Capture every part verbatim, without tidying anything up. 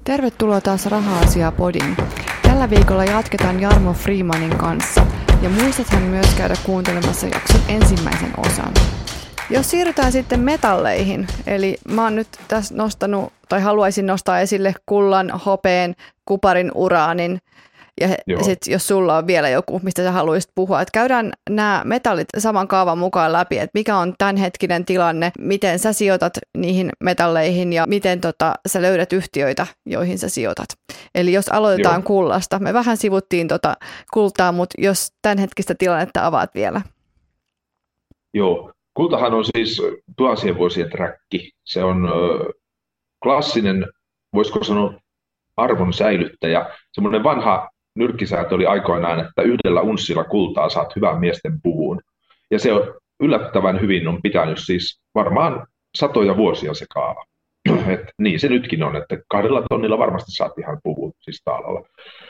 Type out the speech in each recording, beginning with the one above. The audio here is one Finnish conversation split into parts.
Tervetuloa taas Raha-asiaa-podiin. Tällä viikolla jatketaan Jarmo Freemanin kanssa ja muistathan myös käydä kuuntelemassa jakson ensimmäisen osan. Jos siirrytään sitten metalleihin, eli mä oon nyt tässä nostanut tai haluaisin nostaa esille kullan, hopeen, kuparin, uraanin ja sitten jos sulla on vielä joku, mistä sä haluaisit puhua, että käydään nämä metallit saman kaavan mukaan läpi, että mikä on tämänhetkinen tilanne, miten sä sijoitat niihin metalleihin ja miten tota, sä löydät yhtiöitä, joihin sä sijoitat. Eli jos aloitetaan Joo. kullasta, me vähän sivuttiin tota kultaa, mutta jos tämänhetkistä tilannetta avaat vielä. Joo, kultahan on siis tuhansien vuosien träkki. Se on ö, klassinen, voisiko sanoa, arvon säilyttäjä. Semmoinen vanha nyrkkisääntö oli aikoinaan, että yhdellä unssilla kultaa saat hyvän miesten puvun. Ja se on yllättävän hyvin on pitänyt siis varmaan satoja vuosia se kaava. Et niin se nytkin on, että kahdella tonnilla varmasti saat ihan puvun siis taalalla.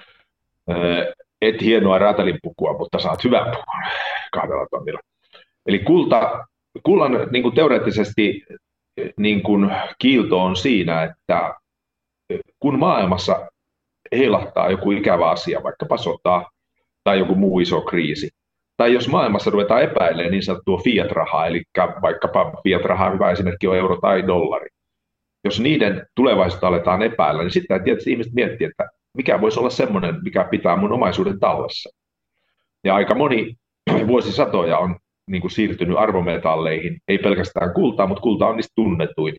Et hienoa räätälinpukua, mutta saat hyvän puvun kahdella tonnilla. Eli kulta, kullan niin kuin teoreettisesti niin kuin kiilto on siinä, että kun maailmassa heilahtaa joku ikävä asia, vaikkapa sota tai joku muu iso kriisi, tai jos maailmassa ruvetaan epäilemään niin sanottua fiat-rahaa, eli vaikkapa fiat-rahaa hyvä esimerkki on euro tai dollari. Jos niiden tulevaisuutta aletaan epäillä, niin sitten tietysti ihmiset miettii, että mikä voisi olla semmoinen, mikä pitää mun omaisuuden tallessa. Ja aika moni vuosisatoja on niin kuin siirtynyt arvometalleihin, ei pelkästään kultaa, mutta kulta on niistä tunnetuin.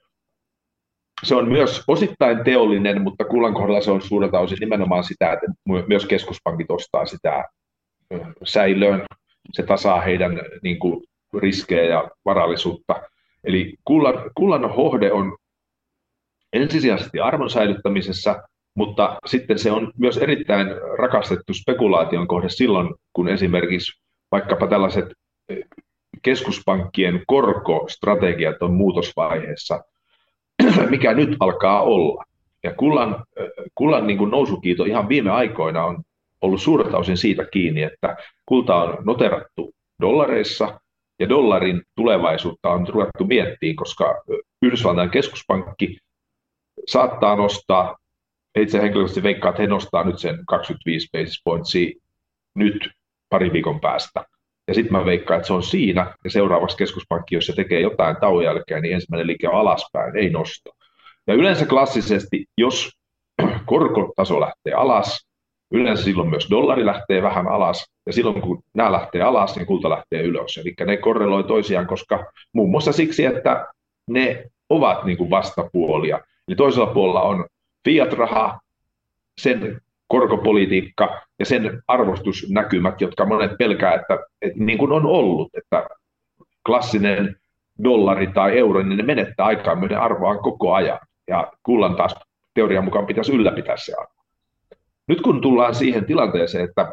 Se on myös osittain teollinen, mutta kullan kohdalla se on suurelta osin nimenomaan sitä, että myös keskuspankit ostaa sitä säilöön. Se tasaa heidän niin kuin, riskejä ja varallisuutta. Eli kullan, kullan hohde on ensisijaisesti arvon säilyttämisessä, mutta sitten se on myös erittäin rakastettu spekulaation kohde silloin, kun esimerkiksi vaikkapa tällaiset keskuspankkien korkostrategiat on muutosvaiheessa, mikä nyt alkaa olla. Ja kullan, kullan niin kuin nousukiito ihan viime aikoina on ollut suurelta osin siitä kiinni, että kulta on noterattu dollareissa ja dollarin tulevaisuutta on ruvettu miettimään, koska Yhdysvaltain keskuspankki saattaa nostaa, itse henkilökohtaisesti veikkaa, että he nostaa nyt sen kaksikymmentäviisi basis pointsia nyt pari viikon päästä. Ja sitten mä veikkaan, että se on siinä, ja seuraavaksi keskuspankki, jos se tekee jotain tauon jälkeen, niin ensimmäinen liike on alaspäin, ei nosto. Ja yleensä klassisesti, jos korkotaso lähtee alas, yleensä silloin myös dollari lähtee vähän alas, ja silloin kun nämä lähtee alas, niin kulta lähtee ylös. Eli ne korreloi toisiaan, koska muun muassa siksi, että ne ovat niin kuin vastapuolia. Eli toisella puolella on fiat-raha, sen korkopolitiikka ja sen arvostusnäkymät, jotka monet pelkää, että, että niin kuin on ollut, että klassinen dollari tai euro, niin ne menettää aikaa myöden arvoaan koko ajan. Ja kullan taas teorian mukaan pitäisi ylläpitää se arvo. Nyt kun tullaan siihen tilanteeseen, että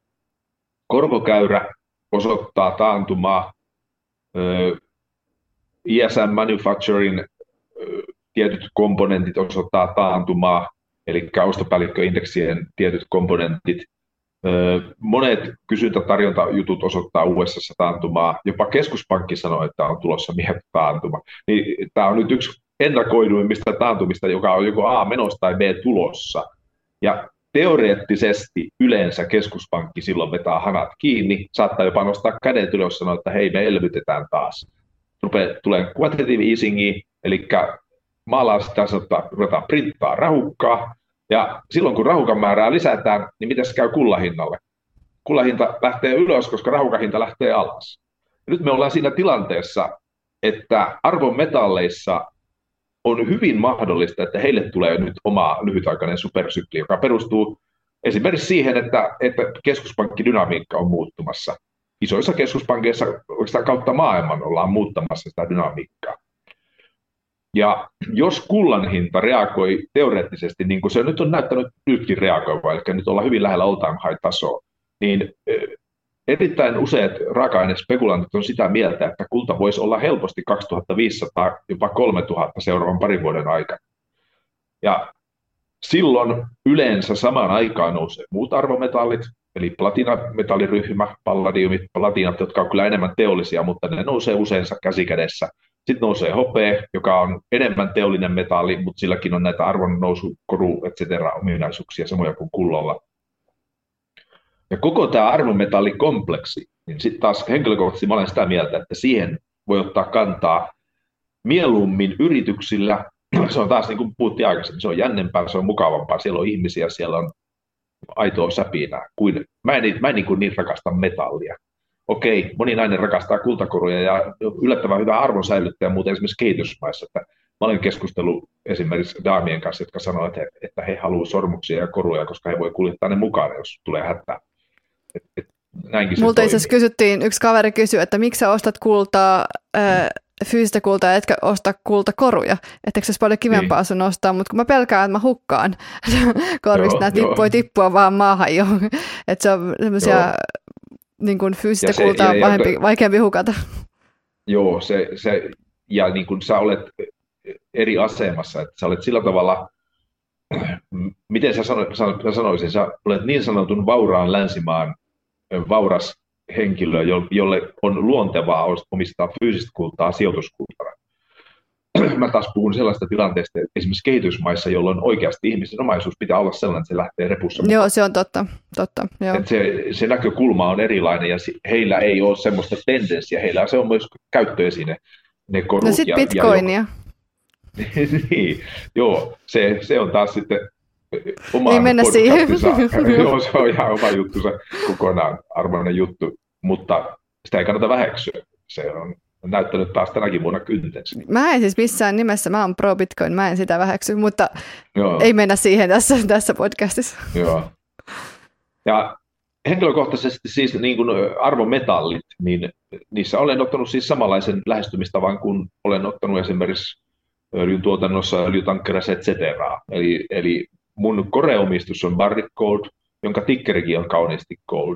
korkokäyrä osoittaa taantumaa, I S M Manufacturing tietyt komponentit osoittaa taantumaa, eli ostopäällikköindeksien tietyt komponentit. Monet kysyntä-tarjontajutut osoittaa U S A:ssa taantumaa. Jopa keskuspankki sanoo, että on tulossa miehet taantuma. Niin, tämä on nyt yksi ennakoiduimmista taantumista, joka on joko A menossa tai B tulossa. Ja teoreettisesti yleensä keskuspankki silloin vetää hanat kiinni, saattaa jopa nostaa kädet ylös ja sanoa, että hei, me elvytetään taas. Rupeaa tulee quantitative easingia, eli maalaa sitä sanottaa, ruvetaan printtaa rahukkaa, ja silloin kun rahukan määrää lisätään, niin miten se käy kullahinnalle? Kullahinta lähtee ylös, koska rahukan hinta lähtee alas. Ja nyt me ollaan siinä tilanteessa, että arvometalleissa on hyvin mahdollista, että heille tulee nyt oma lyhytaikainen supersykli, joka perustuu esimerkiksi siihen, että, että keskuspankkidynamiikka on muuttumassa. Isoissa keskuspankkeissa oikeastaan kautta maailman ollaan muuttamassa sitä dynamiikkaa. Ja jos kullan hinta reagoi teoreettisesti, niin kuin se nyt on näyttänyt nytkin reagoiva, eli nyt ollaan hyvin lähellä all-time high-tasoa, niin erittäin useat raaka-ainespekulantit on sitä mieltä, että kulta voisi olla helposti kaksituhattaviisisataa, jopa kolmetuhatta seuraavan parin vuoden aikana. Ja silloin yleensä samaan aikaan nousee muut arvometallit, eli platinametalliryhmä, palladiumit, platinat, jotka on kyllä enemmän teollisia, mutta ne nousee usein käsikädessä. Sitten nousee hopea, joka on enemmän teollinen metalli, mutta silläkin on näitä arvonnousu, koru, et cetera ominaisuuksia, samoja kuin kullolla. Ja koko tämä arvometallikompleksi, niin sitten taas henkilökohtaisesti mä olen sitä mieltä, että siihen voi ottaa kantaa mieluummin yrityksillä. Se on taas niin kuin puhuttiin aikaisemmin, se on jännempää, se on mukavampaa, siellä on ihmisiä, siellä on aitoa säpinää. Kuin, mä en, mä en niin, kuin niin rakasta metallia. Okei, moni nainen rakastaa kultakoruja ja yllättävän hyvä arvon säilyttäjä muuten esimerkiksi kehitysmaissa. Että mä olen keskustellut esimerkiksi daamien kanssa, jotka sanoo, että he, että he haluavat sormuksia ja koruja, koska he voi kuljettaa ne mukana, jos tulee hätää. Et, et, näinkin Multa itse asiassa kysyttiin, yksi kaveri kysyi, että miksi sä ostat kultaa, äh, fyysistä kultaa, etkä osta kultakoruja. Etteikö se olisi paljon kivempaa niin sun ostaa, mutta kun mä pelkään, että mä hukkaan korvista, nämä tip, voi tippua vaan maahan jo. Että se on semmoisia niin kuin fyysistä se, kultaa ja, vahempi, ja, vaikeampi hukata. Joo, se, se, ja niin kuin sä olet eri asemassa, että sä olet sillä tavalla, miten sä, sano, sä sanoisin, sä olet niin sanotun vauraan länsimaan vauras henkilö, jolle on luontevaa omistaa fyysistä kultaa sijoituskultana. Mä taas puhun sellaista tilanteesta, että esimerkiksi kehitysmaissa, jolloin oikeasti ihmisen omaisuus pitää olla sellainen, että se lähtee repussa mukaan. Joo, se on totta. totta joo. Se, se näkökulma on erilainen ja heillä ei ole semmoista tendenssiä. Heillä se on myös käyttöesine, ne korut. No sitten bitcoinia. Ja niin, joo, se, se on taas sitten oma ei mennä siihen. Joo, se on ihan oma juttunsa, kokonaan arvoinen juttu, mutta sitä ei kannata väheksyä. Se on näyttänyt taas tänäkin vuonna kyntensä. Mä en siis missään nimessä, mä oon pro Bitcoin, mä en sitä väheksy, mutta joo, ei mennä siihen tässä, tässä podcastissa. Joo. Ja henkilökohtaisesti siis niin kuin arvometallit, niin niissä olen ottanut siis samanlaisen lähestymistavan kuin olen ottanut esimerkiksi öljyn tuotannossa, öljytankkereissa, et cetera. Eli, eli mun koreomistus on Barrick Gold, jonka tikkerikin on kauniisti Gold.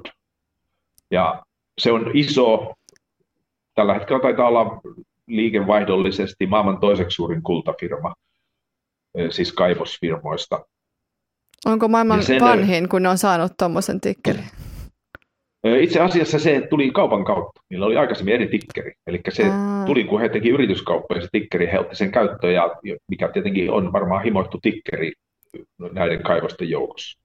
Ja se on iso, tällä hetkellä taitaa olla liikevaihdollisesti maailman toiseksi suurin kultafirma, siis kaivosfirmoista. Onko maailman sen, vanhin, kun ne on saanut tuommoisen tikkerin? Itse asiassa se tuli kaupan kautta. Niillä oli aikaisemmin eri tikkeri. Eli se Aa. tuli, kun he teki yrityskauppoja, se tikkeri, he otti sen käyttöön, ja mikä tietenkin on varmaan himoittu tikkeri näiden kaivosten joukossa.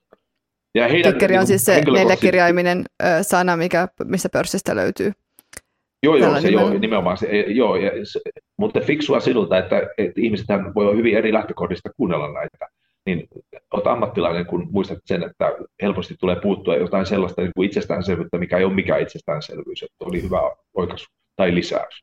Ja heidän, tikkeri on niin siis se neljäkirjaiminen sana, mikä, mistä pörssistä löytyy. Joo, joo, se joo, nimenomaan se, joo, ja se, mutta fiksua sinulta, että, että ihmisethän voi hyvin eri lähtökohdista kuunnella näitä. Niin olet ammattilainen, kun muistat sen, että helposti tulee puuttua jotain sellaista niin kuin itsestäänselvyyttä, mikä ei ole mikään itsestäänselvyys, että oli hyvä oikaisu tai lisäys.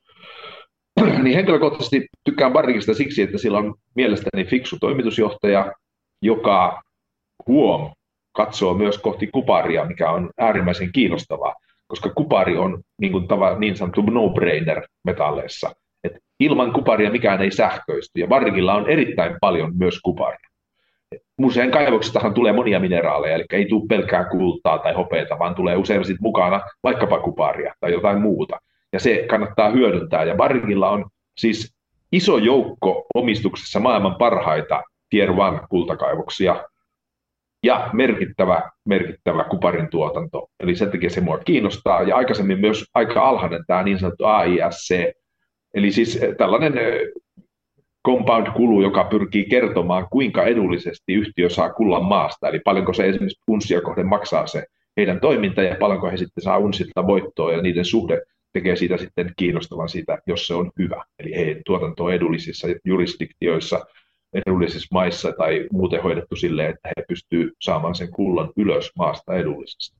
Niin henkilökohtaisesti tykkään Barrickista siksi, että sillä on mielestäni fiksu toimitusjohtaja, joka huom katsoo myös kohti kuparia, mikä on äärimmäisen kiinnostavaa, koska kupari on niin, kuin tava, niin sanottu no-brainer metalleissa. Et ilman kuparia mikään ei sähköisty, ja Barrickilla on erittäin paljon myös kuparia. Museen kaivoksestahan tulee monia mineraaleja, eli ei tule pelkkää kultaa tai hopeata, vaan tulee usein sit mukana vaikkapa kuparia tai jotain muuta. Ja se kannattaa hyödyntää. Ja Barrickilla on siis iso joukko omistuksessa maailman parhaita tier one kultakaivoksia ja merkittävä, merkittävä kuparin tuotanto. Eli sen takia se mua kiinnostaa. Ja aikaisemmin myös aika alhainen tämä niin sanottu A I S C, eli siis tällainen compound-kulu, joka pyrkii kertomaan, kuinka edullisesti yhtiö saa kullan maasta, eli paljonko se esimerkiksi unssia kohden maksaa se heidän toiminta, ja paljonko he sitten saa unssilta voittoa, ja niiden suhde tekee siitä sitten kiinnostavan siitä, jos se on hyvä. Eli heidän tuotanto on edullisissa jurisdiktioissa, edullisissa maissa tai muuten hoidettu silleen, että he pystyvät saamaan sen kullan ylös maasta edullisesti.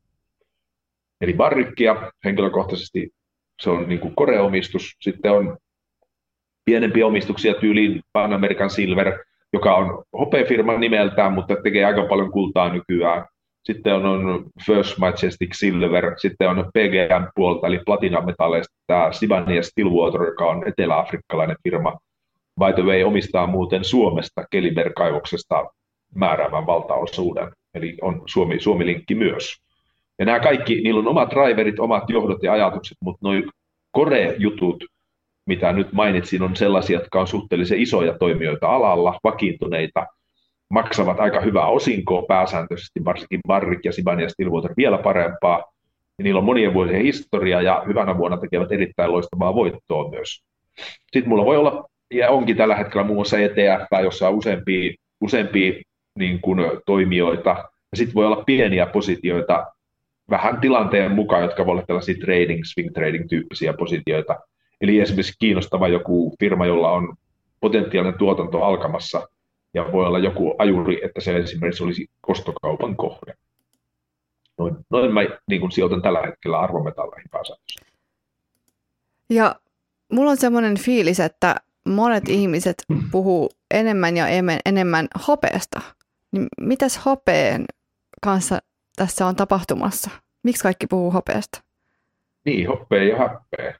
Eli Barrickia henkilökohtaisesti se on niin kuin koreomistus, sitten on pienempiä omistuksia tyyliin Pan American Silver, joka on hopeafirman nimeltään, mutta tekee aika paljon kultaa nykyään. Sitten on, on First Majestic Silver, sitten on P G M-puolta, eli platinametalleista tämä Sibanye Stillwater, joka on etelä-afrikkalainen firma. By the way, omistaa muuten Suomesta Keliber-kaivoksesta määräävän valtaosuuden, eli on Suomi, Suomi-linkki myös. Ja nämä kaikki, niillä on omat driverit, omat johdot ja ajatukset, mutta nuo core-jutut, mitä nyt mainitsin, on sellaisia, jotka on suhteellisen isoja toimijoita alalla, vakiintuneita, maksavat aika hyvää osinkoa pääsääntöisesti, varsinkin Barrick ja Sibanye Stillwater vielä parempaa. Ja niillä on monien vuosien historia ja hyvänä vuonna tekevät erittäin loistavaa voittoa myös. Sitten mulla voi olla, ja onkin tällä hetkellä muun muassa E T F, jossa on useampia, useampia niin kuin, toimijoita, ja sitten voi olla pieniä positioita vähän tilanteen mukaan, jotka voi olla tällaisia trading, swing trading tyyppisiä positioita. Eli esimerkiksi kiinnostava joku firma, jolla on potentiaalinen tuotanto alkamassa, ja voi olla joku ajuri, että se esimerkiksi olisi ostokaupan kohde. Noin, noin mä niin kuin sijoitan tällä hetkellä arvometalleihin pääsääntöisesti. Ja mulla on semmoinen fiilis, että monet ihmiset puhuu enemmän ja enemmän hopeasta. Niin mitäs hopeen kanssa tässä on tapahtumassa? Miksi kaikki puhuu hopeasta? Niin, hopea ja häppää.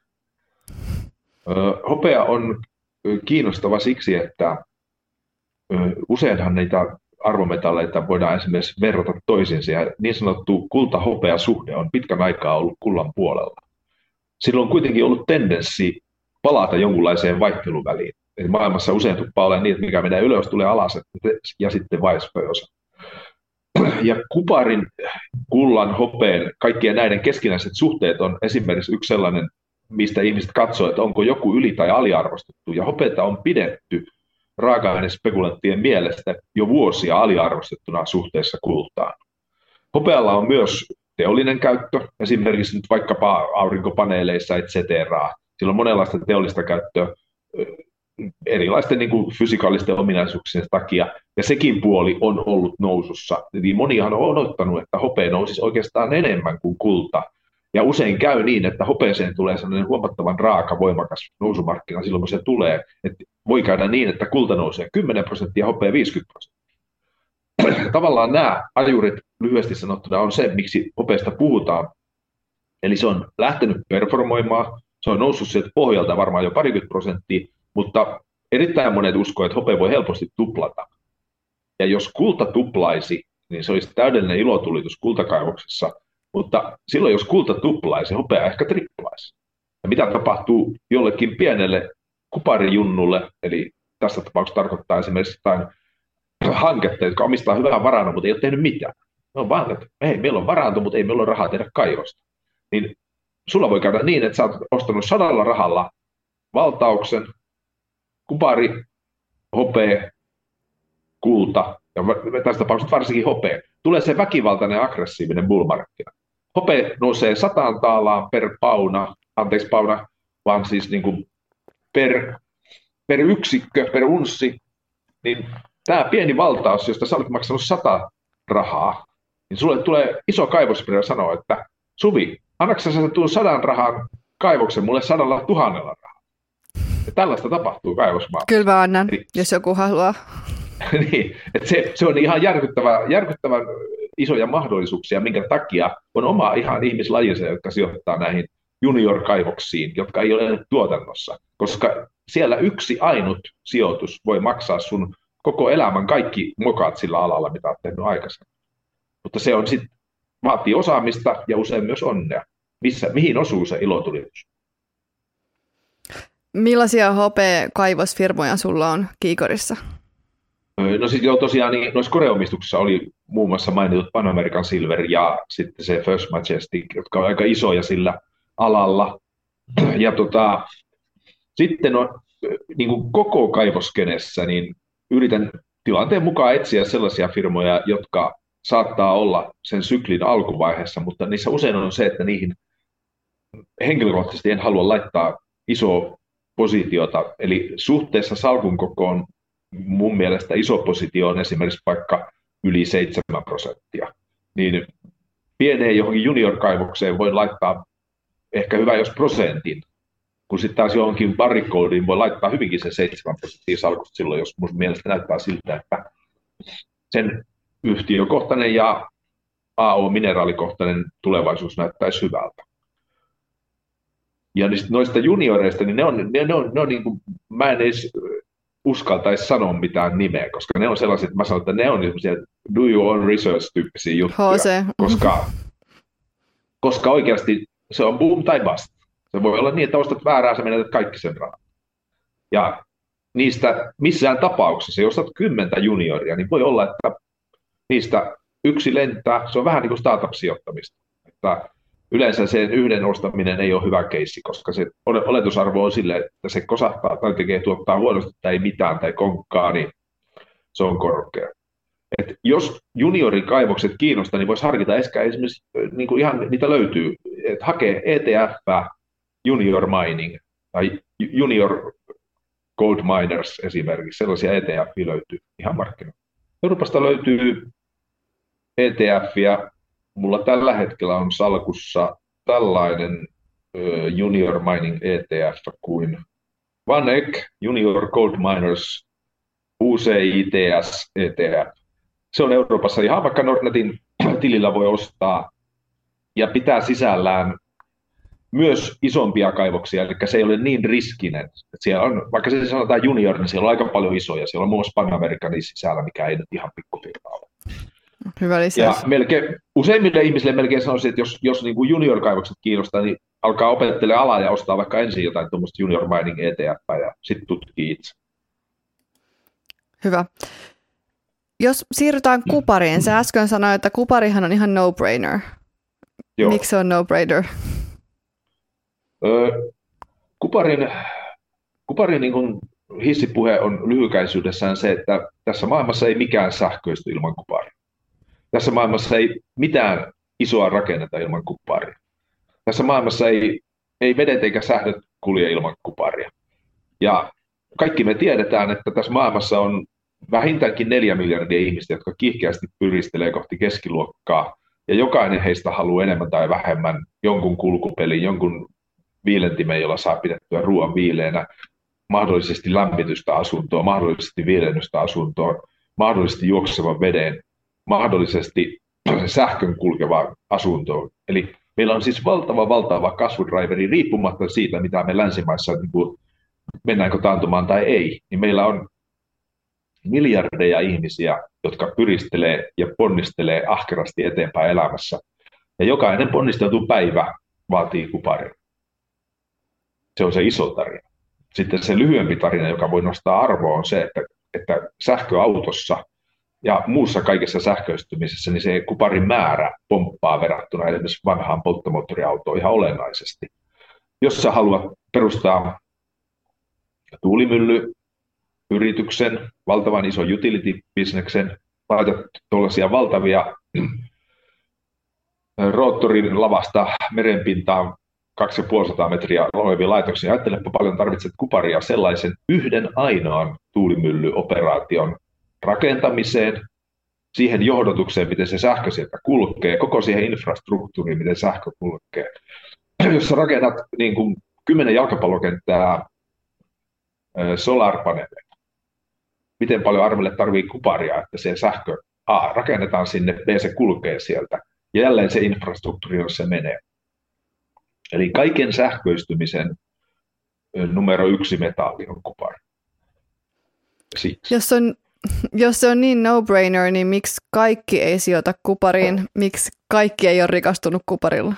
Hopea on kiinnostava siksi, että useinhan niitä arvometalleita voidaan esimerkiksi verrata toisiinsa. Ja niin sanottu kulta-hopea-suhde on pitkän aikaa ollut kullan puolella. Silloin on kuitenkin ollut tendenssi palata jonkunlaiseen vaihteluväliin. Eli maailmassa usein tuppaa olemaan niin, että mikä menee ylös, tulee alas ja sitten vice versa. Ja kuparin, kullan, hopeen, kaikkien näiden keskinäiset suhteet on esimerkiksi yksi sellainen, mistä ihmiset katsoo, että onko joku yli- tai aliarvostettu. Ja hopeata on pidetty raaka-ainespekulanttien mielestä jo vuosia aliarvostettuna suhteessa kultaan. Hopealla on myös teollinen käyttö, esimerkiksi nyt vaikkapa aurinkopaneeleissa, et cetera. Sillä on monenlaista teollista käyttöä erilaisten niin kuin fysikaalisten ominaisuuksien takia, ja sekin puoli on ollut nousussa. Eli monihan on odottanut, että hopea nousisi oikeastaan enemmän kuin kulta, ja usein käy niin, että hopeeseen tulee sellainen huomattavan raaka, voimakas nousumarkkina silloin, kun se tulee, että voi käydä niin, että kulta nousee kymmenen prosenttia, hopea viisikymmentä prosenttia. Tavallaan nämä ajurit lyhyesti sanottuna on se, miksi hopeasta puhutaan. Eli se on lähtenyt performoimaan, se on noussut sieltä pohjalta varmaan jo parikymmentä prosenttia, mutta erittäin monet uskoo, että hopea voi helposti tuplata. Ja jos kulta tuplaisi, niin se olisi täydellinen ilotulitus kultakaivoksessa, mutta silloin jos kulta tuplaisi, hopea ehkä triplaisi. Ja mitä tapahtuu jollekin pienelle kuparijunnulle, eli tässä tapauksessa tarkoittaa esimerkiksi jotain hanketta, jotka omistaa hyvää varantoa, mutta ei ole tehnyt mitään. Ne on vaan, että hei, meillä on varanto, mutta ei meillä ole rahaa tehdä kaivosta. Niin sulla voi käydä niin, että sä oot ostanut sadalla rahalla valtauksen, kupari, hopea, kulta, ja tässä tapauksessa varsinkin hopea. Tulee se väkivaltainen aggressiivinen bullmarkkina. Hopea nousee sataan taalaan per pauna, anteeksi pauna, vaan siis niin kuin per, per yksikkö, per unssi, niin tämä pieni valtaus, josta sä olet maksanut sata rahaa, niin sulle tulee iso kaivosperä sanoa, että Suvi, annaksa sä tuun sadan rahan kaivoksen mulle sadalla tuhannella rahaa. Ja tällaista tapahtuu kaivosmaalla. Kyllä mä annan, Eli, jos joku haluaa. niin, että se, se on ihan järkyttävä, järkyttävän isoja mahdollisuuksia, minkä takia on oma ihan ihmislajinsa, jotka sijoittaa näihin junior-kaivoksiin, jotka ei ole tuotannossa. Koska siellä yksi ainut sijoitus voi maksaa sun koko elämän kaikki mokaat sillä alalla, mitä olet tehnyt aikaisemmin. Mutta se on sitten, vaatii osaamista ja usein myös onnea. Missä, mihin osuu se ilotulitus? Millaisia hopea-kaivosfirmoja sulla on Kiikorissa? No sitten joo, tosiaan niin, noissa koreomistuksissa oli muun muassa mainitut Pan American Silver ja sitten se First Majestic, jotka on aika isoja sillä alalla. Ja tota, sitten on niin kuin koko kaivoskenessä, niin yritän tilanteen mukaan etsiä sellaisia firmoja, jotka saattaa olla sen syklin alkuvaiheessa, mutta niissä usein on se, että niihin henkilökohtaisesti en halua laittaa isoa positiota, eli suhteessa salkun kokoon mun mielestä iso positio on esimerkiksi vaikka yli seitsemän prosenttia, niin pieneen johonkin junior-kaivokseen voi laittaa ehkä hyvä jos prosentin, kun sitten taas johonkin barrikoodiin voi laittaa hyvinkin sen seitsemän prosenttia salkusta silloin, jos mun mielestä näyttää siltä, että sen yhtiökohtainen ja A O-mineraalikohtainen tulevaisuus näyttäisi hyvältä. Ja noista junioreista, niin ne on, ne, ne on, ne on niin kuin, mä en edes uskaltaisi sanoa mitään nimeä, koska ne on sellaiset, että mä sanon, että ne on sellaisia do your own research-tyyppisiä juttuja, H C. koska, koska oikeasti se on boom tai bust. Se voi olla niin, että ostat väärää, sä menetät kaikki sen rahan. Ja niistä missään tapauksessa, jos ostat kymmentä junioria, niin voi olla, että niistä yksi lentää, se on vähän niin kuin startup-sijoittamista. Että yleensä sen yhden ostaminen ei ole hyvä keissi, koska se oletusarvo on sille, että se kosahtaa tai tekee tuottaa huonosti tai mitään tai konkkaa, niin se on korkea. Et jos juniorikaivokset kiinnostaa, niin voisi harkita esimerkiksi, niin kuin ihan niitä löytyy, että hakee E T F, junior mining tai junior gold miners esimerkiksi, sellaisia E T F löytyy ihan markkinoilla. Euroopasta löytyy E T F, mulla tällä hetkellä on salkussa tällainen junior mining E T F kuin Vanek Junior Gold Miners U C I T S E T F. Se on Euroopassa ihan vaikka Nordnetin tilillä voi ostaa ja pitää sisällään myös isompia kaivoksia, eli se ei ole niin riskinen. Siellä on, vaikka se sanotaan junior, niin siellä on aika paljon isoja. Siellä on muun muassa Pan-Americanin sisällä, mikä ei nyt ihan pikkupirta ole. Hyvä lisäys. Ja melkein, useimmille ihmisille melkein sanoisin, että jos, jos niin kuin junior-kaivokset kiinnostaa, niin alkaa opettelemaan alaa ja ostaa vaikka ensin jotain tuommoista junior mining E T F ja sitten tutkii itse. Hyvä. Jos siirrytään kupariin, sä äsken sanoit, että kuparihan on ihan no-brainer. Joo. Miksi se on no-brainer? Öö, kuparin kuparin niin kuin hissipuhe on lyhykäisyydessään se, että tässä maailmassa ei mikään sähköisty ilman kuparia. Tässä maailmassa ei mitään isoa rakenneta ilman kuparia. Tässä maailmassa ei, ei vedet eikä sähköt kulje ilman kuparia. Ja kaikki me tiedetään, että tässä maailmassa on vähintäänkin neljä miljardia ihmistä, jotka kiihkeästi pyristelee kohti keskiluokkaa, ja jokainen heistä haluaa enemmän tai vähemmän jonkun kulkupelin, jonkun viilentimen, jolla saa pidettyä ruoan viileänä, mahdollisesti lämmitystä asuntoa, mahdollisesti viilennystä asuntoa, mahdollisesti juoksevan veden, mahdollisesti sähkön kulkevaa asuntoa. Eli meillä on siis valtava, valtava kasvudraiveri, riippumatta siitä, mitä me länsimaissa, niin kuin mennäänkö taantumaan tai ei, niin meillä on miljardeja ihmisiä, jotka pyristelee ja ponnistelee ahkerasti eteenpäin elämässä. Ja jokainen ponnisteltu päivä vaatii kuparin. Se on se iso tarina. Sitten se lyhyempi tarina, joka voi nostaa arvoa, on se, että, että sähköautossa ja muussa kaikessa sähköistymisessä, niin se kuparin määrä pomppaa verrattuna esimerkiksi vanhaan polttomoottoriautoon ihan olennaisesti. Jos sä haluat perustaa tuulimyllyyrityksen, valtavan ison utility-bisneksen, laitat tuollaisia valtavia roottorin lavasta merenpintaan kaksisataaviisikymmentä metriä olevia laitoksia. Ajattelepa paljon tarvitset kuparia sellaisen yhden ainoan tuulimyllyoperaation rakentamiseen, siihen johdotukseen, miten se sähkö sieltä kulkee, koko siihen infrastruktuuriin, miten sähkö kulkee. Jos sä rakennat niin kuin kymmenen jalkapallokenttää solarpaneeleita, miten paljon arvelle tarvii kuparia, että se sähkö A rakennetaan sinne, B se kulkee sieltä, ja jälleen se infrastruktuuri, jossa se menee. Eli kaiken sähköistymisen numero yksi metalli on kupari. Jos, on, jos se on niin no-brainer, niin miksi kaikki ei sijoita kupariin? Miksi kaikki ei ole rikastunut kuparilla?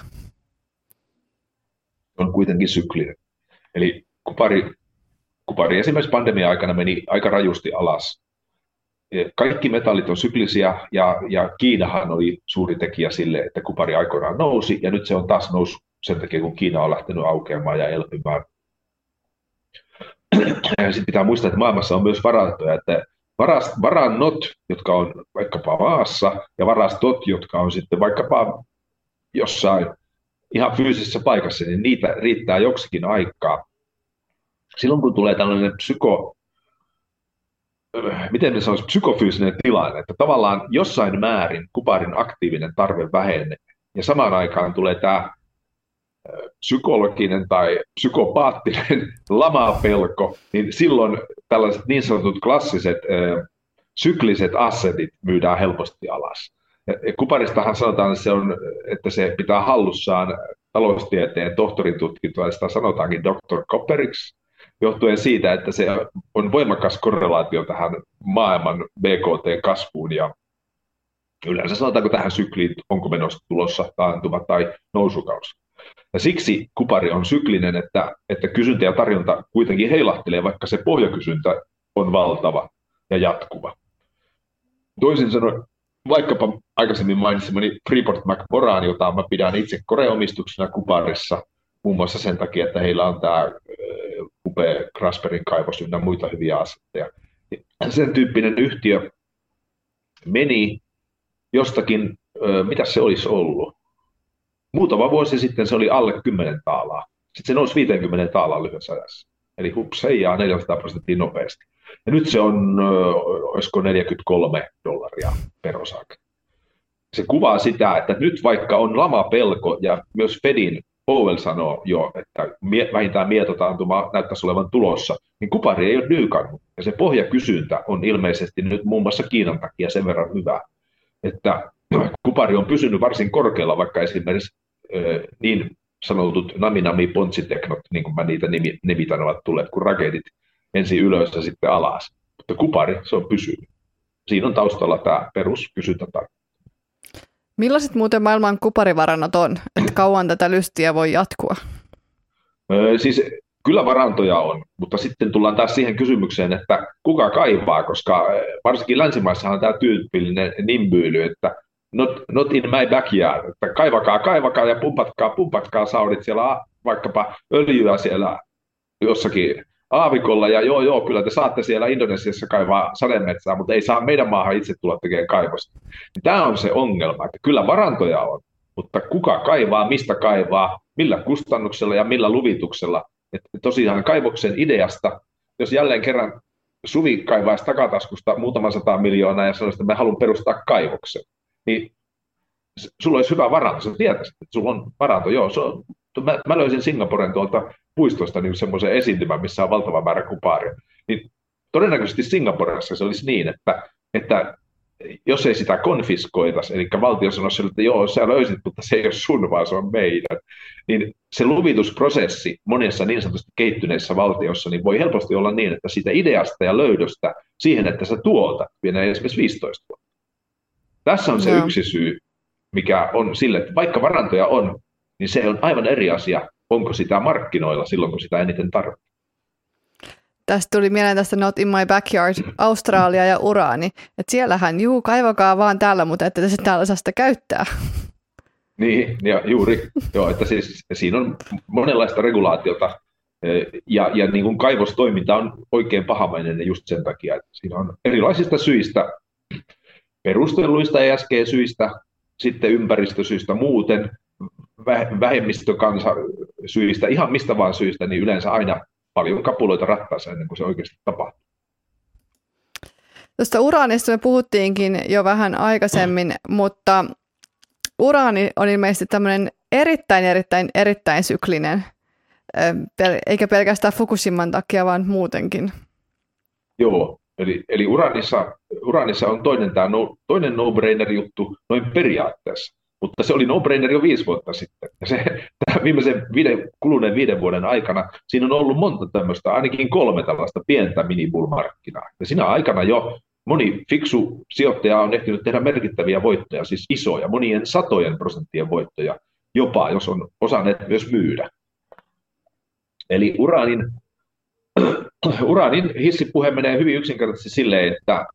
On kuitenkin syklinen. Eli kupari, kupari esimerkiksi pandemia-aikana meni aika rajusti alas. Kaikki metallit on syklisiä ja, ja Kiinahan oli suuri tekijä sille, että kupari aikoinaan nousi ja nyt se on taas noussut sen takia, kun Kiina on lähtenyt aukeamaan ja elpymään. Sitten pitää muistaa, että maailmassa on myös varastoja, että varannot, jotka on vaikkapa maassa, ja varastot, jotka on sitten vaikkapa jossain ihan fyysisessä paikassa, niin niitä riittää joksikin aikaa. Silloin kun tulee tällainen psyko, miten me sanoisi, psykofyysinen tilanne, että tavallaan jossain määrin kuparin aktiivinen tarve vähenee, ja samaan aikaan tulee tämä psykologinen tai psykopaattinen lamapelko, niin silloin tällaiset niin sanotut klassiset äh, sykliset assetit myydään helposti alas. Ja kuparistahan sanotaan, että se, on, että se pitää hallussaan taloustieteen tohtorin tutkintoa, ja sitä sanotaankin doktor Copperiksi, johtuen siitä, että se on voimakas korrelaatio tähän maailman B K T-kasvuun, ja yleensä sanotaanko tähän sykliin, onko menossa tulossa taantuma tai nousukausi. Ja siksi kupari on syklinen, että, että kysyntä ja tarjonta kuitenkin heilahtelee, vaikka se pohjakysyntä on valtava ja jatkuva. Toisin sanoen vaikkapa aikaisemmin mainitsemani Freeport McMoran, jota mä pidän itse koreomistuksena Kuparissa, muun muassa sen takia, että heillä on tämä upea Grasbergin kaivos ynnä muita hyviä asetteja. Sen tyyppinen yhtiö meni jostakin, mitä se olisi ollut? Muutama vuosi sitten se oli alle kymmenen taalaa. Sitten se nousi viisikymmentä taalaa lyhyessä ajassa. Eli hups, heijaa neljäsataa prosenttia nopeasti. Ja nyt se on, olisiko neljäkymmentäkolme dollaria per osake. Se kuvaa sitä, että nyt vaikka on lamapelko ja myös Fedin Powell sanoo jo, että vähintään mietotaantuma näyttäisi olevan tulossa, niin kupari ei ole nyykannut. Ja se pohjakysyntä on ilmeisesti nyt muun muassa Kiinan takia sen verran hyvä, että kupari on pysynyt varsin korkealla, vaikka esimerkiksi niin sanotut nami-nami pontsiteknot, niin kuin mä niitä nimitän, ovat tulleet kuin raketit ensin ylös ja sitten alas. Mutta kupari, se on pysynyt. Siinä on taustalla tämä peruskysyntätarve. Millaiset muuten maailman kuparivarannot on, että kauan tätä lystiä voi jatkua? Öö, siis kyllä varantoja on, mutta sitten tullaan taas siihen kysymykseen, että kuka kaivaa, koska varsinkin länsimaissahan on tämä tyypillinen nimbyily, että not, not in my backyard, että kaivakaa, kaivakaa ja pumpatkaa, pumpatkaa saudit siellä vaikkapa öljyä siellä jossakin aavikolla, ja joo, joo, kyllä te saatte siellä Indonesiassa kaivaa sademetsää, mutta ei saa meidän maahan itse tulla tekemään kaivosta. Tämä on se ongelma, että kyllä varantoja on, mutta kuka kaivaa, mistä kaivaa, millä kustannuksella ja millä luvituksella. Että tosiaan kaivoksen ideasta, jos jälleen kerran Suvi kaivaisi takataskusta muutaman sata miljoonaa ja sanoisi, että mä haluan perustaa kaivoksen, niin sulla olisi hyvä varanto, sä tietäisit, että sulla on varanto, joo, se on. Mä, mä löysin Singaporen tuolta puistosta niin semmoisen esiintymän, missä on valtava määrä kuparia. Niin todennäköisesti Singaporessa se olisi niin, että, että jos ei sitä konfiskoitaisi, eli valtio sanoisi, että joo, sä löysit, mutta se ei ole sun, vaan se on meidän, niin se luvitusprosessi monessa niin sanotusti kehittyneissä valtiossa niin voi helposti olla niin, että siitä ideasta ja löydöstä siihen, että sä tuotat, vienee esimerkiksi viisitoista vuotta. Tässä on se no. yksi syy, mikä on sille, että vaikka varantoja on, niin se on aivan eri asia, onko sitä markkinoilla silloin, kun sitä eniten tarvitaan. Tästä tuli mieleen tästä Not in my backyard, Australia ja uraani. Että siellähän, juu, kaivakaa vaan täällä, mutta ette se täällä saa sitä käyttää. Niin, ja juuri. Joo, että siis siinä on monenlaista regulaatiota, ja, ja niin kuin kaivostoiminta on oikein pahamainen just sen takia, että siinä on erilaisista syistä, perustelluista E S G-syistä, sitten ympäristösyistä muuten, vähemmistökansasyistä, ihan mistä vaan syistä, niin yleensä aina paljon kapuloita rattaassa ennen kuin se oikeasti tapahtuu. Tuosta uraanista me puhuttiinkin jo vähän aikaisemmin, mutta uraani on ilmeisesti tämmöinen erittäin, erittäin, erittäin syklinen, eikä pelkästään Fukushiman takia, vaan muutenkin. Joo, eli, eli uraanissa, uraanissa on toinen, tämä no, toinen no-brainer juttu noin periaatteessa. Mutta se oli no-brainer jo viisi vuotta sitten. Ja se, viimeisen viiden, kuluneen viiden vuoden aikana siinä on ollut monta tämmöistä, ainakin kolme tällaista pientä mini-bull-markkinaa. Ja siinä aikana jo moni fiksu sijoittaja on ehtinyt tehdä merkittäviä voittoja, siis isoja, monien satojen prosenttien voittoja, jopa jos on osanneet myös myydä. Eli uraanin, uraanin hissipuhe menee hyvin yksinkertaisesti silleen, että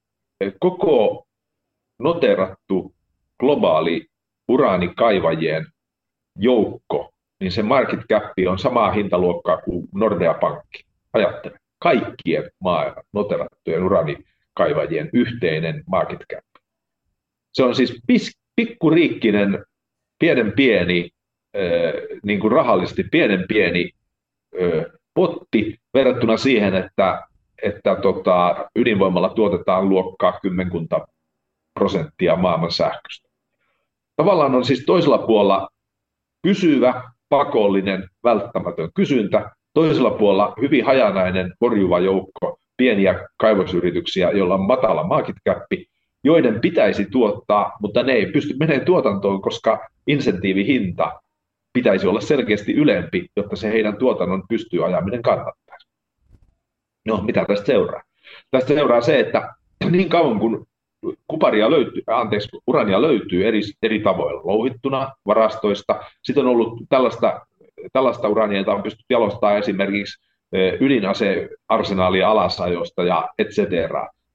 koko noterattu globaali uraanikaivajien joukko, niin se market cap on samaa hintaluokkaa kuin Nordea Pankki. Ajattele, kaikkien maailman noterattujen uraanikaivajien yhteinen market cap. Se on siis pis, pikkuriikkinen, pienen pieni, äh, niin kuin rahallisesti pienen pieni äh, potti verrattuna siihen, että, että tota, ydinvoimalla tuotetaan luokkaa kymmenkunta prosenttia maailman sähköstä. Tavallaan on siis toisella puolella pysyvä, pakollinen, välttämätön kysyntä, toisella puolella hyvin hajanainen, horjuva joukko pieniä kaivosyrityksiä, joilla on matala market cap, joiden pitäisi tuottaa, mutta ne ei pysty menemään tuotantoon, koska insentiivihinta pitäisi olla selkeästi ylempi, jotta se heidän tuotannon pystyy ajaminen kannattaa. No, mitä tästä seuraa? Tästä seuraa se, että niin kauan kuin kuparia löytyy, anteeksi, urania löytyy eri, eri tavoilla, louhittuna varastoista. Sitten on ollut tällaista, tällaista urania, jota on pystytty jalostamaan esimerkiksi ydinasearsenaalien alasajosta ja et cetera.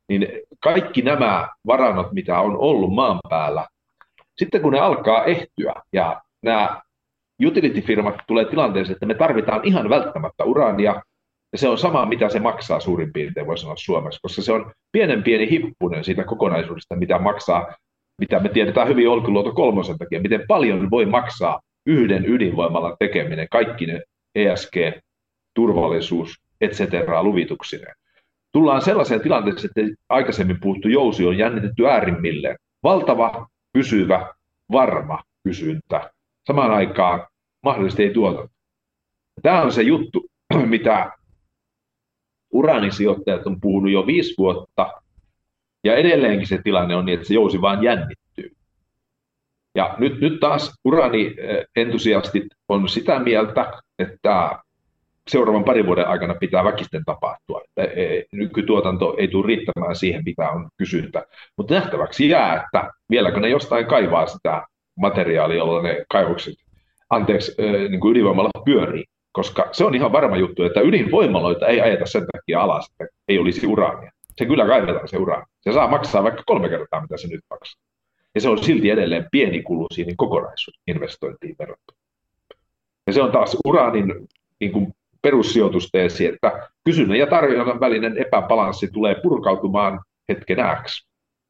niin kaikki nämä varannot, mitä on ollut maan päällä, sitten kun ne alkaa ehtyä ja nämä utility-firmat tulee tilanteeseen, että me tarvitaan ihan välttämättä uraania, ja se on sama, mitä se maksaa suurin piirtein, voi sanoa suomeksi, koska se on pienen pieni hippunen siitä kokonaisuudesta, mitä maksaa, mitä me tiedetään hyvin Olkiluoto kolmosen takia, miten paljon voi maksaa yhden ydinvoimalan tekeminen, kaikki ne E S G, turvallisuus, et cetera, luvituksineen. Tullaan sellaiseen tilanteeseen, että aikaisemmin puhuttu jousi on jännitetty äärimmilleen. Valtava, pysyvä, varma kysyntä. Samaan aikaan mahdollisesti ei tuoteta. Tämä on se juttu, mitä uraanisijoittajat on puhunut jo viisi vuotta, ja edelleenkin se tilanne on niin, että se jousi vaan jännittyy. Ja nyt, nyt taas uraanientusiastit on sitä mieltä, että seuraavan parin vuoden aikana pitää väkisten tapahtua. Nykytuotanto ei tule riittämään siihen, mitä on kysyntä. Mutta nähtäväksi jää, että vieläkö ne jostain kaivaa sitä materiaalia, jolla ne kaivokset, anteeksi, niin kuin ydinvoimalla pyörii. Koska se on ihan varma juttu, että ydinvoimaloita ei ajeta sen takia alas, että ei olisi uraania. Se kyllä kaivetaan se uraani. Se saa maksaa vaikka kolme kertaa, mitä se nyt maksaa. Ja se on silti edelleen pieni kulu siihen kokonaisinvestointiin verrattuna. Ja se on taas uraanin niin kuin perussijoitusteesi, että kysynnän ja tarjonnan välinen epäbalanssi tulee purkautumaan hetken X.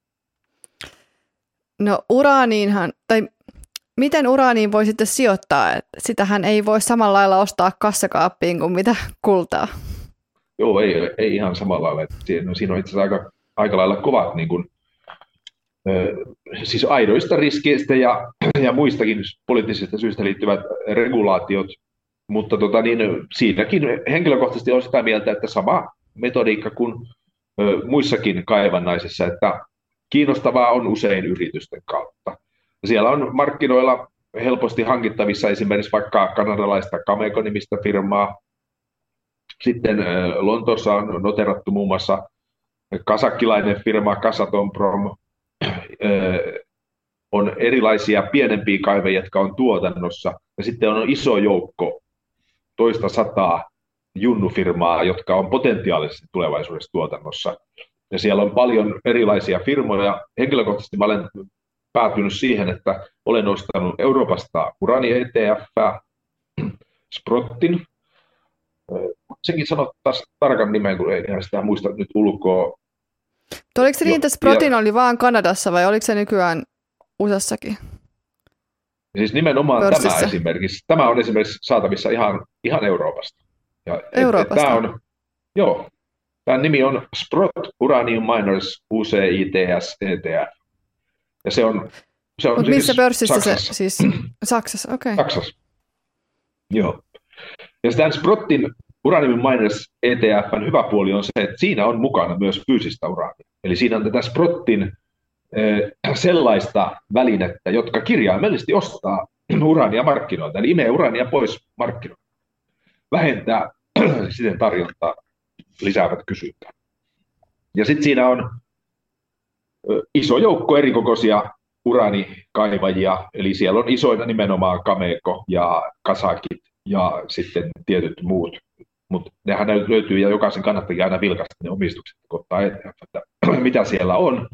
No uraaniinhan, tai miten uraaniin voi sitten sijoittaa? Sitähän ei voi samalla lailla ostaa kassakaappiin kuin mitä kultaa. Joo, ei, ei ihan samalla lailla. Siinä, siinä on itse asiassa aika, aika lailla kovat niin kuin, ö, siis aidoista riskeistä ja, ja muistakin poliittisista syistä liittyvät regulaatiot, mutta tota, niin, siinäkin henkilökohtaisesti on sitä mieltä, että sama metodiikka kuin ö, muissakin kaivannaisissa, että kiinnostavaa on usein yritysten kautta. Siellä on markkinoilla helposti hankittavissa esimerkiksi vaikka kanadalaista Cameco-nimistä firmaa. Sitten Lontoossa on noterattu muun muassa kasakkilainen firma Kazatomprom. On erilaisia pienempiä kaiveja, jotka on tuotannossa. Ja sitten on iso joukko, toista sataa junnufirmaa, jotka on potentiaalisesti tulevaisuudessa tuotannossa. Ja siellä on paljon erilaisia firmoja. Henkilökohtaisesti mä olen päätynyt siihen, että olen ostanut Euroopasta uraani-E T F, Sprottin. Senkin sanottaisiin tarkan nimen, kun ei sitä muista nyt ulkoa. Oliko se niin, että Sprotin oli vaan Kanadassa vai oliko se nykyään U S A:ssakin? Siis nimenomaan Pörssissä. tämä esimerkiksi. Tämä on esimerkiksi saatavissa ihan, ihan Euroopasta. Ja Euroopasta? Et, et tämä on, joo. Tämän nimi on Sprott Uranium Miners U C I T S E T F. Ja se on, se on Mut siis missä pörssissä Saksassa. se siis? Saksassa, okei. Okay. Saksassa. Joo. Ja tämän Sprottin Uranium Miners E T F:n hyvä puoli on se, että siinä on mukana myös fyysistä uraania. Eli siinä on tätä Sprottin äh, sellaista välinettä, jotka kirjaimellisesti ostaa uraania markkinoilta, eli imee uraania pois markkinoilta. Vähentää siten tarjontaa, lisäävät kysyntää. Ja sitten siinä on iso joukko erikokoisia uraanikaivajia, eli siellä on isoina nimenomaan Cameco ja Kazakit ja sitten tietyt muut. Mutta nehän löytyy ja jokaisen kannattakin aina vilkaista ne omistukset, kun ottaa eteen, että mitä siellä on.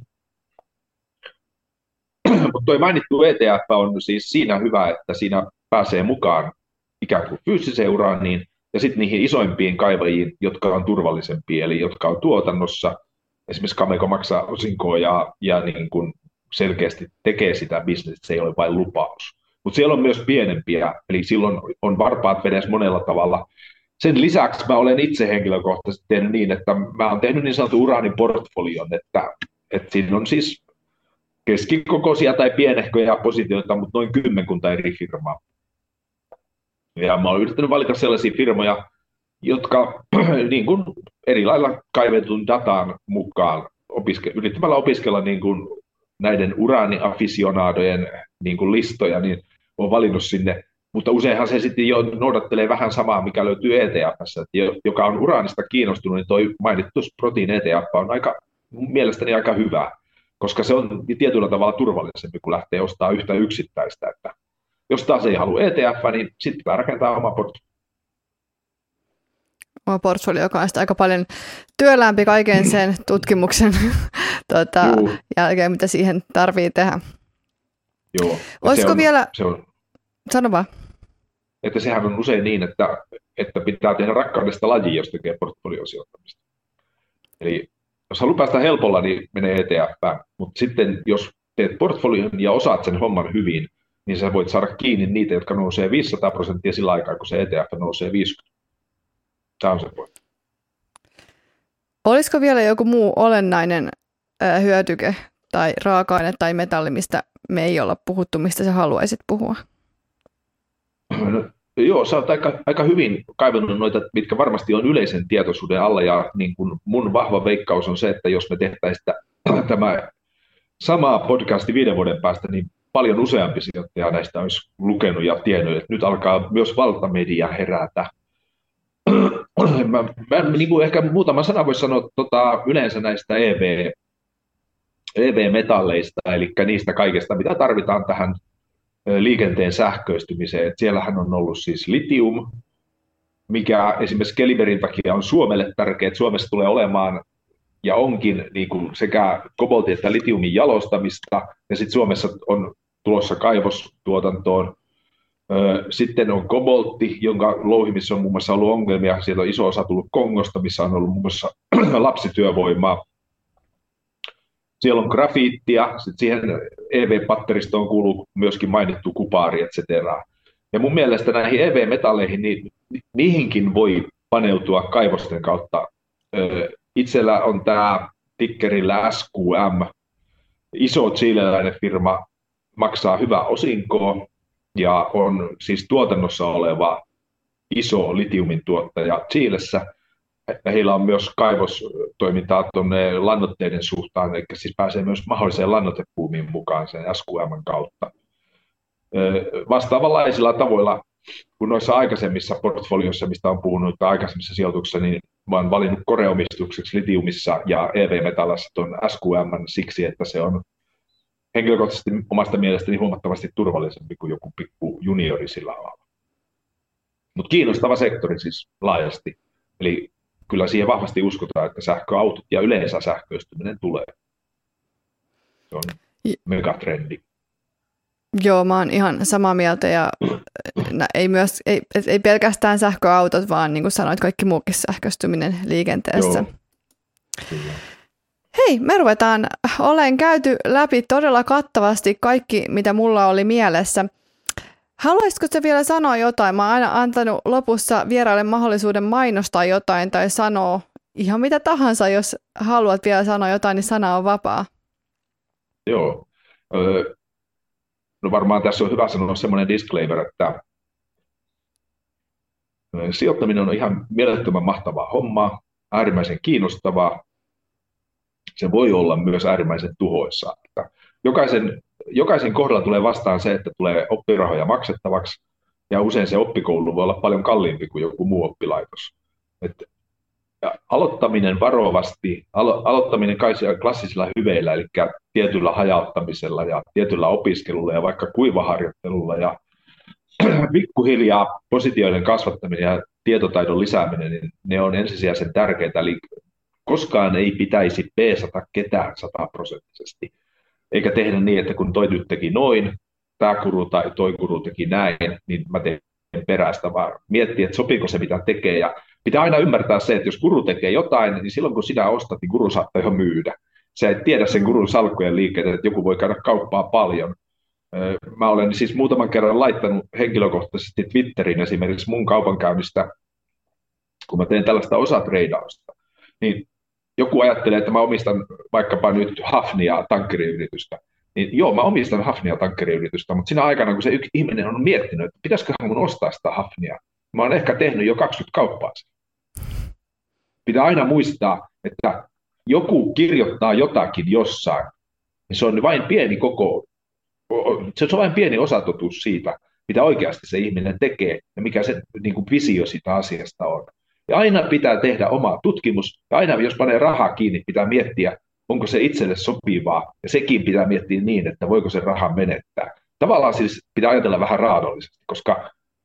Mutta tuo mainittu E T F on siis siinä hyvä, että siinä pääsee mukaan ikään kuin fyysiseen uraaniin ja sitten niihin isoimpiin kaivajiin, jotka on turvallisempia, eli jotka on tuotannossa. Esimerkiksi Cameco maksaa osinkoa ja, ja niin kuin selkeästi tekee sitä bisnestä, se ei ole vain lupaus. Mutta siellä on myös pienempiä, eli silloin on varpaat vedessä monella tavalla. Sen lisäksi mä olen itse henkilökohtaisesti tehnyt niin, että mä olen tehnyt niin sanotun uraaniportfolion, että, että siinä on siis keskikokoisia tai pienehköjä positioita, mutta noin kymmenkunta eri firmaa. Ja mä olen yrittänyt valita sellaisia firmoja, jotka niin kuin eri lailla kaivetun datan mukaan opiske- yrittämällä opiskella niin kuin näiden uraaniaficionaadojen niin kuin listoja, niin olen valinnut sinne. Mutta useinhan se sitten jo noudattelee vähän samaa, mikä löytyy E T F:ssä, joka on uraanista kiinnostunut, niin toi mainittu Sprotin E T F on aika, mielestäni aika hyvä, koska se on tietyllä tavalla turvallisempi, kun lähtee ostamaan yhtä yksittäistä. Että jos taas ei halua E T F, niin sitten pitää rakentaa oma portfolio. oma portfolio, joka on aika paljon työlämpi kaiken sen tutkimuksen tuota, jälkeen, mitä siihen tarvii tehdä. Joo. Olisiko se on, vielä... Se on, Sano vaan. Että sehän on usein niin, että, että pitää tehdä rakkaudesta laji, jos tekee portfoliosijoittamista. Eli jos haluaa päästä helpolla, niin menee E T F:ään. Mutta sitten jos teet portfolion ja osaat sen homman hyvin, niin sä voit saada kiinni niitä, jotka nousee viisisataa prosenttia sillä aikaa, kun se E T F nousee viisikymmentä. Tämä on se pointti. Olisiko vielä joku muu olennainen ää, hyötyke tai raaka-aine tai metalli, mistä me ei olla puhuttu, mistä sä haluaisit puhua? No, joo, sä oot aika, aika hyvin kaivannut noita, mitkä varmasti on yleisen tietoisuuden alla, ja niin kun mun vahva veikkaus on se, että jos me tehtäisiin tämä samaa podcasti viiden vuoden päästä, niin paljon useampi sijoittaja näistä olisi lukenut ja tiennyt, että nyt alkaa myös valtamedia herätä. Mä, mä niin kuin ehkä muutama sana voisi sanoa tota, yleensä näistä E V, E V-metalleista, eli niistä kaikesta, mitä tarvitaan tähän liikenteen sähköistymiseen. Et siellähän on ollut siis litium, mikä esimerkiksi Keliberin takia on Suomelle tärkeä, että Suomessa tulee olemaan ja onkin niin kuin sekä koboltin että litiumin jalostamista, ja sitten Suomessa on tulossa kaivostuotantoon. Sitten on koboltti, jonka louhimissa on muun muassa ollut ongelmia. Sieltä on iso osa tullut Kongosta, missä on ollut muun muassa lapsityövoimaa. Siellä on grafiittia, sitten siihen E V-patteristoon kuuluu myöskin mainittu kupaari, et cetera. Ja mun mielestä näihin E V-metalleihin, niin niihinkin voi paneutua kaivosten kautta. Itsellä on tämä tickerillä S Q M, iso chileläinen firma, maksaa hyvää osinkoa ja on siis tuotannossa oleva iso litiumin tuottaja Chilessä. Heillä on myös kaivostoimintaa tuonne lannoitteiden suhtaan, eli siis pääsee myös mahdolliseen lannoitepuumiin mukaan sen S Q M:n kautta. Vastaavanlaisilla tavoilla kuin noissa aikaisemmissa portfolioissa, mistä on puhunut aikaisemmissa sijoituksissa, niin mä olen valinnut koreomistukseksi litiumissa ja E V-metallassa tuon S Q M:n siksi, että se on henkilökohtaisesti omasta mielestäni huomattavasti turvallisempi kuin joku pikku juniori sillä alalla. Mutta kiinnostava sektori siis laajasti. Eli kyllä siihen vahvasti uskotaan, että sähköautot ja yleensä sähköistyminen tulee. Se on megatrendi. Joo, mä oon ihan samaa mieltä ja ei, myös, ei, ei pelkästään sähköautot, vaan niin kuin sanoit, kaikki muukin sähköistyminen liikenteessä. Joo, kyllä. Hei, me ruvetaan, olen käyty läpi todella kattavasti kaikki, mitä mulla oli mielessä. Haluaisitko sä vielä sanoa jotain? Mä oon aina antanut lopussa vieraille mahdollisuuden mainostaa jotain tai sanoa ihan mitä tahansa. Jos haluat vielä sanoa jotain, niin sana on vapaa. Joo. No varmaan tässä on hyvä sanoa semmoinen disclaimer, että sijoittaminen on ihan mielettömän mahtavaa hommaa, äärimmäisen kiinnostavaa. Se voi olla myös äärimmäisen tuhoisaa. Jokaisen, jokaisen kohdalla tulee vastaan se, että tulee oppirahoja maksettavaksi, ja usein se oppikoulu voi olla paljon kalliimpi kuin joku muu oppilaitos. Et, ja aloittaminen varovasti, alo, aloittaminen klassisilla hyveillä, eli tietyllä hajauttamisella ja tietyllä opiskelulla ja vaikka kuivaharjoittelulla ja pikkuhiljaa positioiden kasvattaminen ja tietotaidon lisääminen, niin ne on ensisijaisen tärkeitä. Eli koskaan ei pitäisi peesata ketään sataprosenttisesti, eikä tehdä niin, että kun toi nyt teki noin, tämä guru tai toi guru teki näin, niin mä teen perästä, vaan miettiä, että sopiiko se mitä tekee. Ja pitää aina ymmärtää se, että jos guru tekee jotain, niin silloin kun sinä ostat, niin guru saattaa jo myydä. Sä et tiedä sen gurun salkkujen liikkeitä, että joku voi käydä kauppaa paljon. Mä olen siis muutaman kerran laittanut henkilökohtaisesti Twitteriin esimerkiksi mun kaupankäynnistä, kun mä teen tällaista osatreidausta, niin joku ajattelee, että mä omistan vaikkapa nyt Hafnia tankkiriyritystä. Niin joo, mä omistan Hafnia tankkiriyritystä, mutta siinä aikana, kun se yksi ihminen on miettinyt, että pitäisiköhän mun ostaa sitä Hafnia, mä oon ehkä tehnyt jo kaksikymmentä kauppaa. Pitää aina muistaa, että joku kirjoittaa jotakin jossain, niin se on vain pieni koko, se on vain pieni osatotuus siitä, mitä oikeasti se ihminen tekee ja mikä se niin kuin visio siitä asiasta on. Ja aina pitää tehdä oma tutkimus, ja aina jos panee rahaa kiinni, pitää miettiä, onko se itselle sopivaa, ja sekin pitää miettiä niin, että voiko se raha menettää. Tavallaan siis pitää ajatella vähän raadollisesti, koska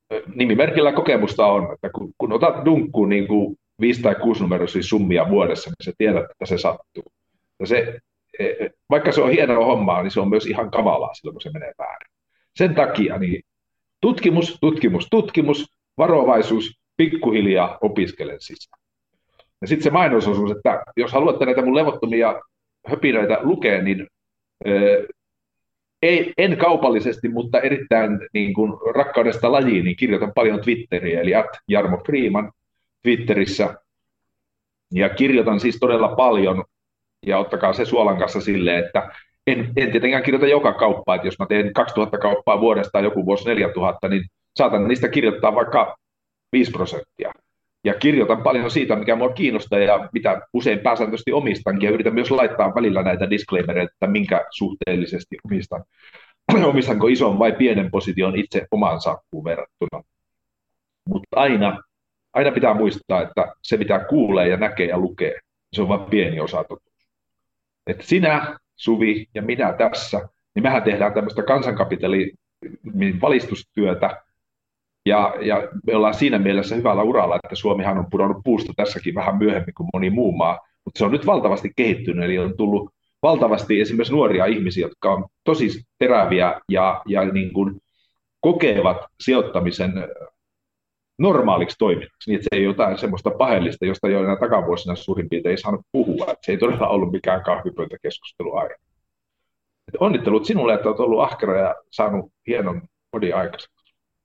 nimimerkillä kokemusta on, että kun, kun otat dunkkuun niin kuin viisi- tai kuusinumeroisia summia vuodessa, niin sä tiedät, että se sattuu. Ja se, vaikka se on hienoa hommaa, niin se on myös ihan kavalaa silloin, kun se menee väärin. Sen takia niin tutkimus, tutkimus, tutkimus, varovaisuus, pikkuhiljaa opiskelen sisään. Ja sitten se mainososuus, että jos haluatte näitä mun levottomia höpinöitä lukea, niin ö, ei, en kaupallisesti, mutta erittäin niin kuin rakkaudesta lajiin, niin kirjoitan paljon Twitteriä, eli at Jarmo Freeman Twitterissä. Ja kirjoitan siis todella paljon, ja ottakaa se suolan kanssa silleen, että en, en tietenkään kirjoita joka kauppaa, että jos mä teen kaksituhatta kauppaa vuodesta tai joku vuosi neljätuhatta, niin saatan niistä kirjoittaa vaikka viisi prosenttia. Ja kirjoitan paljon siitä, mikä mua kiinnostaa ja mitä usein pääsääntöisesti omistankin, ja yritän myös laittaa välillä näitä disclaimereita, että minkä suhteellisesti omistan. Omistanko ison vai pienen position itse omaan salkkuun verrattuna. Mutta aina, aina pitää muistaa, että se mitä kuulee ja näkee ja lukee, se on vain pieni osa totuus. Että sinä, Suvi ja minä tässä, niin mehän tehdään tämmöistä kansankapitalin valistustyötä, ja, ja me ollaan siinä mielessä hyvällä uralla, että Suomihan on pudonnut puusta tässäkin vähän myöhemmin kuin moni muu maa, mutta se on nyt valtavasti kehittynyt, eli on tullut valtavasti esimerkiksi nuoria ihmisiä, jotka on tosi teräviä ja, ja niin kuin kokevat sijoittamisen normaaliksi toiminnaksi, niin että se ei ole jotain semmoista paheellista, josta jo enää takavuosina suurin piirtein ei saanut puhua, että se ei todella ollut mikään kahvipöytäkeskustelu aihe. Onnittelut sinulle, että olet ollut ahkera ja saanut hienon podin aikaisemmin.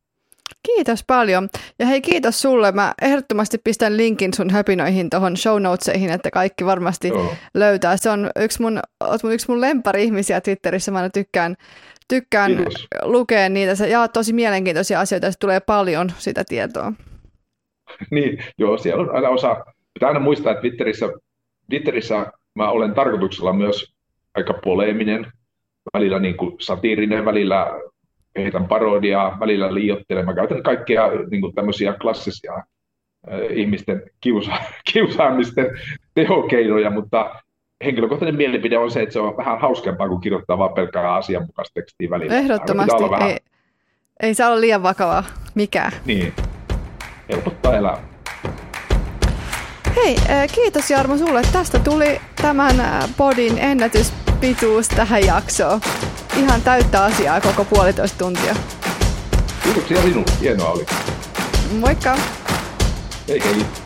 Kiitos paljon. Ja hei, kiitos sulle. Mä ehdottomasti pistän linkin sun höpinöihin tuohon show notesihin, että kaikki varmasti Joo. löytää. Se on yksi mun, yksi mun lempari-ihmisiä Twitterissä. Mä tykkään, tykkään lukea niitä. Sä jaat tosi mielenkiintoisia asioita, ja tulee paljon sitä tietoa. Niin, joo, siellä on aina osa. Pitää aina muistaa, että Twitterissä, Twitterissä mä olen tarkoituksella myös aika poleeminen, välillä niin kuin satiirinen, välillä heitän parodiaa, välillä liioittelen. Mä käytän kaikkia niin kuin tämmöisiä klassisia äh, ihmisten kiusa- kiusaamisten tehokeinoja, mutta henkilökohtainen mielipide on se, että se on vähän hauskempaa, kuin kirjoittaa vaan pelkkää asianmukaista tekstiä välillä. Ehdottomasti. Vähän... Ei, ei saa olla liian vakavaa mikään. Niin. Helpottaa elämää. Hei, kiitos Jarmo sulle. Tästä tuli tämän podin ennätyspituus tähän jaksoon. Ihan täyttä asiaa koko puolitoista tuntia. Kiitoksia sinulle. Hienoa oli. Moikka. Hei hei.